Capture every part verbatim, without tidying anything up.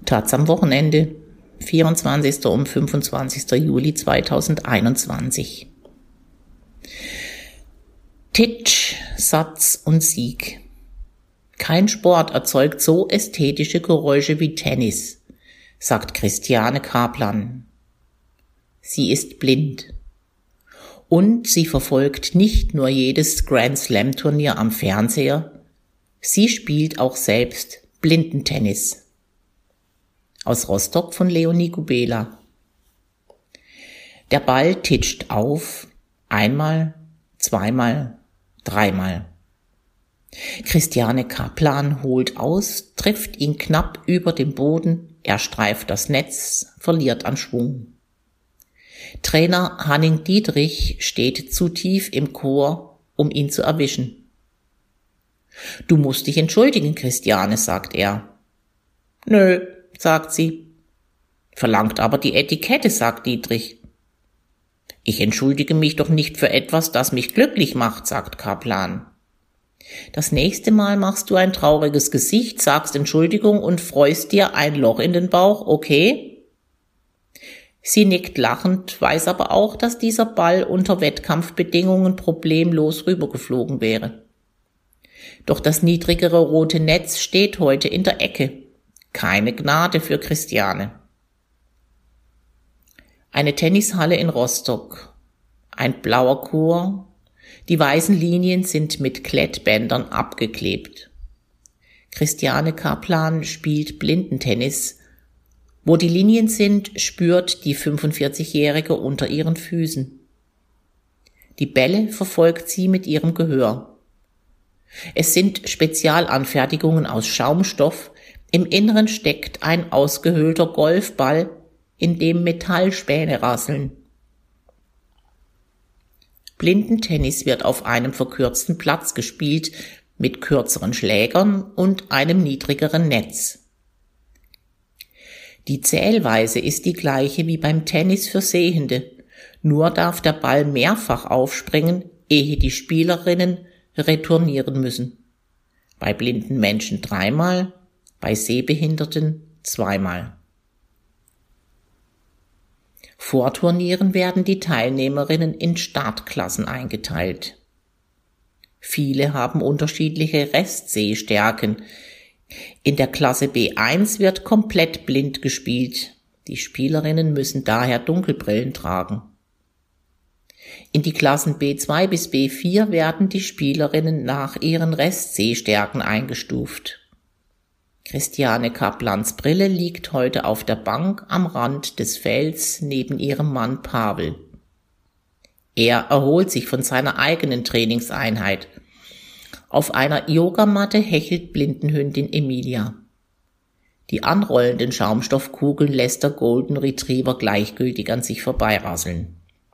Taz am Wochenende, vierundzwanzigster und fünfundzwanzigster Juli zweitausendeinundzwanzig. Titsch, Satz und Sieg. Kein Sport erzeugt so ästhetische Geräusche wie Tennis, sagt Christiane Kaplan. Sie ist blind. Und sie verfolgt nicht nur jedes Grand-Slam-Turnier am Fernseher, sie spielt auch selbst Blindentennis. Aus Rostock von Leonie Gubela. Der Ball titscht auf, einmal, zweimal, dreimal. Christiane Kaplan holt aus, trifft ihn knapp über dem Boden, er streift das Netz, verliert an Schwung. Trainer Hanning Dietrich steht zu tief im Chor, um ihn zu erwischen. »Du musst dich entschuldigen, Christiane«, sagt er. »Nö«, sagt sie. »Verlangt aber die Etikette«, sagt Dietrich. »Ich entschuldige mich doch nicht für etwas, das mich glücklich macht«, sagt Kaplan. »Das nächste Mal machst du ein trauriges Gesicht, sagst Entschuldigung und freust dir ein Loch in den Bauch, okay?« Sie nickt lachend, weiß aber auch, dass dieser Ball unter Wettkampfbedingungen problemlos rübergeflogen wäre. Doch das niedrigere rote Netz steht heute in der Ecke. Keine Gnade für Christiane. Eine Tennishalle in Rostock. Ein blauer Chor. Die weißen Linien sind mit Klettbändern abgeklebt. Christiane Kaplan spielt Blindentennis. Wo die Linien sind, spürt die fünfundvierzigjährige unter ihren Füßen. Die Bälle verfolgt sie mit ihrem Gehör. Es sind Spezialanfertigungen aus Schaumstoff. Im Inneren steckt ein ausgehöhlter Golfball, in dem Metallspäne rasseln. Blindentennis wird auf einem verkürzten Platz gespielt, mit kürzeren Schlägern und einem niedrigeren Netz. Die Zählweise ist die gleiche wie beim Tennis für Sehende, nur darf der Ball mehrfach aufspringen, ehe die Spielerinnen retournieren müssen. Bei blinden Menschen dreimal, bei Sehbehinderten zweimal. Vor Turnieren werden die Teilnehmerinnen in Startklassen eingeteilt. Viele haben unterschiedliche Restsehstärken. In der Klasse B eins wird komplett blind gespielt. Die Spielerinnen müssen daher Dunkelbrillen tragen. In die Klassen B zwei bis B vier werden die Spielerinnen nach ihren Restsehstärken eingestuft. Christiane Kaplans Brille liegt heute auf der Bank am Rand des Felds neben ihrem Mann Pavel. Er erholt sich von seiner eigenen Trainingseinheit. Auf einer Yogamatte hechelt Blindenhündin Emilia. Die anrollenden Schaumstoffkugeln lässt der Golden Retriever gleichgültig an sich vorbeirasseln.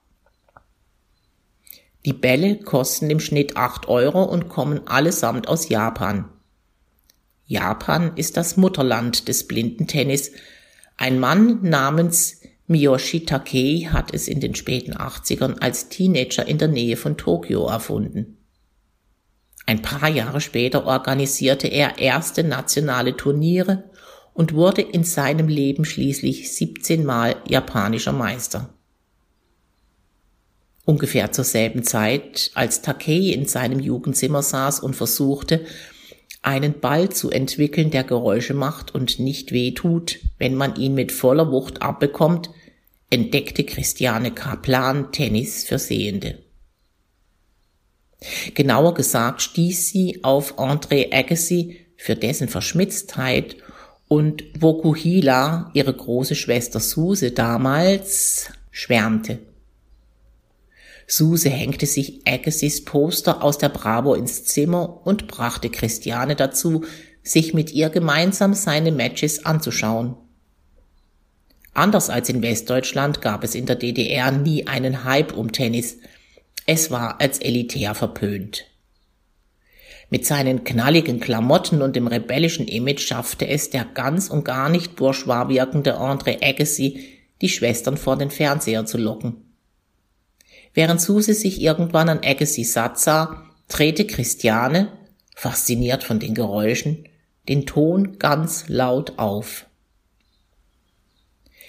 Die Bälle kosten im Schnitt acht Euro und kommen allesamt aus Japan. Japan ist das Mutterland des Blindentennis. Ein Mann namens Miyoshi Takei hat es in den späten achtzigern als Teenager in der Nähe von Tokio erfunden. Ein paar Jahre später organisierte er erste nationale Turniere und wurde in seinem Leben schließlich siebzehn Mal japanischer Meister. Ungefähr zur selben Zeit, als Takei in seinem Jugendzimmer saß und versuchte, einen Ball zu entwickeln, der Geräusche macht und nicht weh tut, wenn man ihn mit voller Wucht abbekommt, entdeckte Christiane Kaplan Tennis für Sehende. Genauer gesagt stieß sie auf Andre Agassi, für dessen Verschmitztheit, und Vokuhila, ihre große Schwester Suse damals, schwärmte. Suse hängte sich Agassis Poster aus der Bravo ins Zimmer und brachte Christiane dazu, sich mit ihr gemeinsam seine Matches anzuschauen. Anders als in Westdeutschland gab es in der D D R nie einen Hype um Tennis. Es war als elitär verpönt. Mit seinen knalligen Klamotten und dem rebellischen Image schaffte es der ganz und gar nicht bourgeois wirkende Andre Agassi, die Schwestern vor den Fernseher zu locken. Während Suse sich irgendwann an Agassi satt sah, drehte Christiane, fasziniert von den Geräuschen, den Ton ganz laut auf.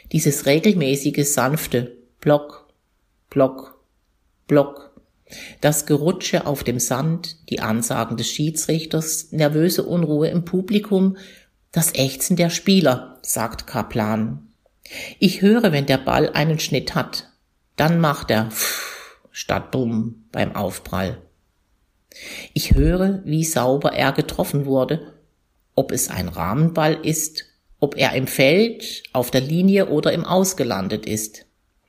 Dieses regelmäßige, sanfte Block, Block, Block, das Gerutsche auf dem Sand, die Ansagen des Schiedsrichters, nervöse Unruhe im Publikum, das Ächzen der Spieler, sagt Kaplan. Ich höre, wenn der Ball einen Schnitt hat, dann macht er Pff statt Bumm beim Aufprall. Ich höre, wie sauber er getroffen wurde, ob es ein Rahmenball ist, ob er im Feld, auf der Linie oder im Aus gelandet ist.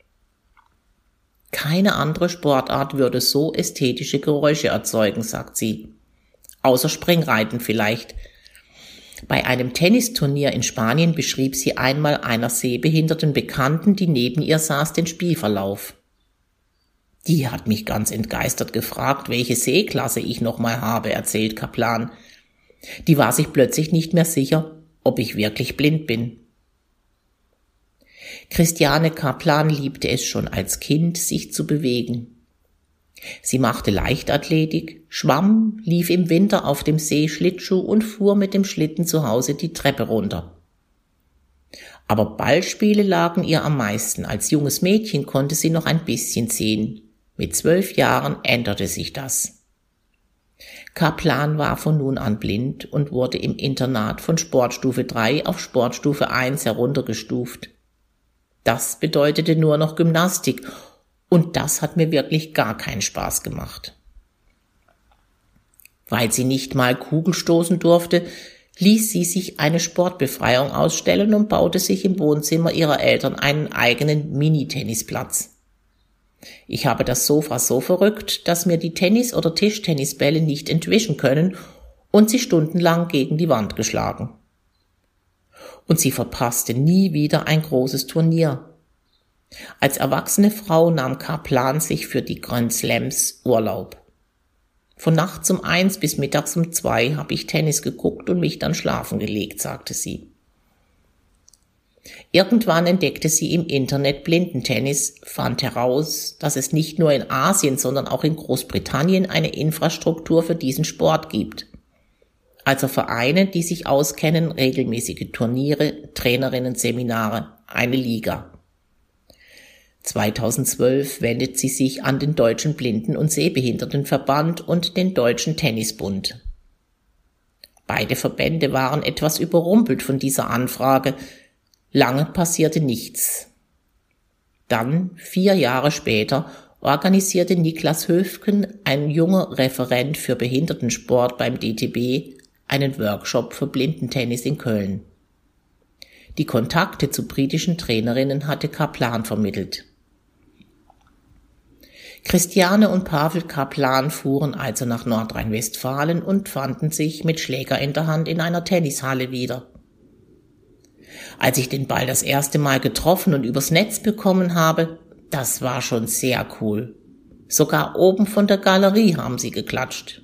Keine andere Sportart würde so ästhetische Geräusche erzeugen, sagt sie. Außer Springreiten vielleicht. Bei einem Tennisturnier in Spanien beschrieb sie einmal einer sehbehinderten Bekannten, die neben ihr saß, den Spielverlauf. Die hat mich ganz entgeistert gefragt, welche Sehklasse ich nochmal habe, erzählt Kaplan. Die war sich plötzlich nicht mehr sicher, ob ich wirklich blind bin. Christiane Kaplan liebte es schon als Kind, sich zu bewegen. Sie machte Leichtathletik, schwamm, lief im Winter auf dem See Schlittschuh und fuhr mit dem Schlitten zu Hause die Treppe runter. Aber Ballspiele lagen ihr am meisten. Als junges Mädchen konnte sie noch ein bisschen sehen. Mit zwölf Jahren änderte sich das. Kaplan war von nun an blind und wurde im Internat von Sportstufe drei auf Sportstufe eins heruntergestuft. Das bedeutete nur noch Gymnastik und das hat mir wirklich gar keinen Spaß gemacht. Weil sie nicht mal Kugel stoßen durfte, ließ sie sich eine Sportbefreiung ausstellen und baute sich im Wohnzimmer ihrer Eltern einen eigenen Mini-Tennisplatz. Ich habe das Sofa so verrückt, dass mir die Tennis- oder Tischtennisbälle nicht entwischen können und sie stundenlang gegen die Wand geschlagen. Und sie verpasste nie wieder ein großes Turnier. Als erwachsene Frau nahm Kaplan sich für die Grand Slams Urlaub. Von nachts um eins bis mittags um zwei habe ich Tennis geguckt und mich dann schlafen gelegt, sagte sie. Irgendwann entdeckte sie im Internet Blindentennis, fand heraus, dass es nicht nur in Asien, sondern auch in Großbritannien eine Infrastruktur für diesen Sport gibt. Also Vereine, die sich auskennen, regelmäßige Turniere, Trainerinnen-Seminare, eine Liga. zweitausendzwölf wendet sie sich an den Deutschen Blinden- und Sehbehindertenverband und den Deutschen Tennisbund. Beide Verbände waren etwas überrumpelt von dieser Anfrage. Lange passierte nichts. Dann, vier Jahre später, organisierte Niklas Höfgen, ein junger Referent für Behindertensport beim D T B, einen Workshop für Blindentennis in Köln. Die Kontakte zu britischen Trainerinnen hatte Kaplan vermittelt. Christiane und Pavel Kaplan fuhren also nach Nordrhein-Westfalen und fanden sich mit Schläger in der Hand in einer Tennishalle wieder. Als ich den Ball das erste Mal getroffen und übers Netz bekommen habe, das war schon sehr cool. Sogar oben von der Galerie haben sie geklatscht.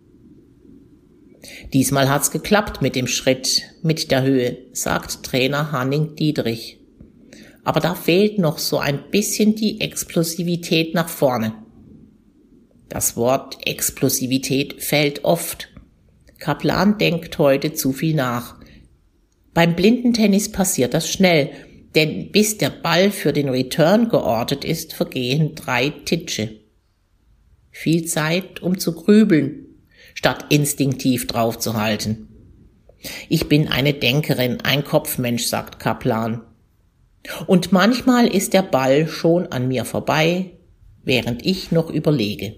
Diesmal hat's geklappt mit dem Schritt, mit der Höhe, sagt Trainer Hanning Dietrich. Aber da fehlt noch so ein bisschen die Explosivität nach vorne. Das Wort Explosivität fällt oft. Kaplan denkt heute zu viel nach. Beim Blindentennis passiert das schnell, denn bis der Ball für den Return geortet ist, vergehen drei Titsche. Viel Zeit, um zu grübeln, statt instinktiv draufzuhalten. Ich bin eine Denkerin, ein Kopfmensch, sagt Kaplan. Und manchmal ist der Ball schon an mir vorbei, während ich noch überlege.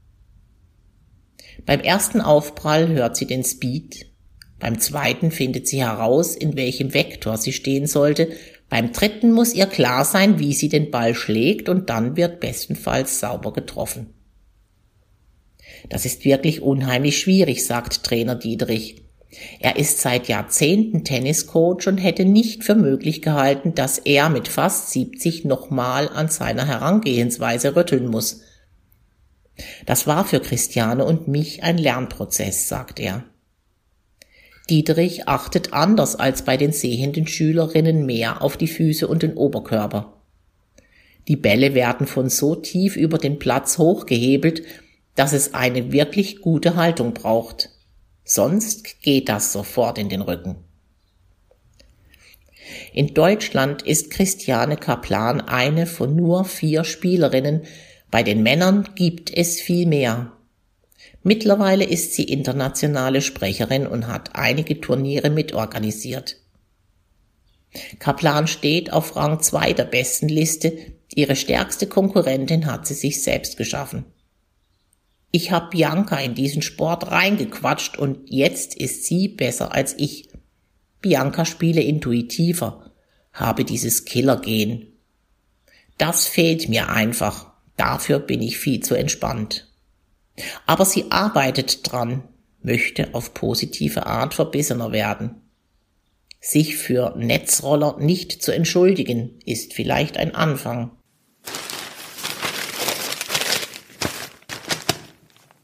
Beim ersten Aufprall hört sie den Speed, beim zweiten findet sie heraus, in welchem Vektor sie stehen sollte, beim dritten muss ihr klar sein, wie sie den Ball schlägt und dann wird bestenfalls sauber getroffen. Das ist wirklich unheimlich schwierig, sagt Trainer Dietrich. Er ist seit Jahrzehnten Tenniscoach und hätte nicht für möglich gehalten, dass er mit fast siebzig nochmal an seiner Herangehensweise rütteln muss. Das war für Christiane und mich ein Lernprozess, sagt er. Dietrich achtet anders als bei den sehenden Schülerinnen mehr auf die Füße und den Oberkörper. Die Bälle werden von so tief über den Platz hochgehebelt, dass es eine wirklich gute Haltung braucht. Sonst geht das sofort in den Rücken. In Deutschland ist Christiane Kaplan eine von nur vier Spielerinnen, bei den Männern gibt es viel mehr. Mittlerweile ist sie internationale Sprecherin und hat einige Turniere mitorganisiert. Kaplan steht auf Rang zwei der besten Liste, ihre stärkste Konkurrentin hat sie sich selbst geschaffen. Ich habe Bianca in diesen Sport reingequatscht und jetzt ist sie besser als ich. Bianca spiele intuitiver, habe dieses Killer-Gen. Das fehlt mir einfach, dafür bin ich viel zu entspannt. Aber sie arbeitet dran, möchte auf positive Art verbissener werden. Sich für Netzroller nicht zu entschuldigen, ist vielleicht ein Anfang.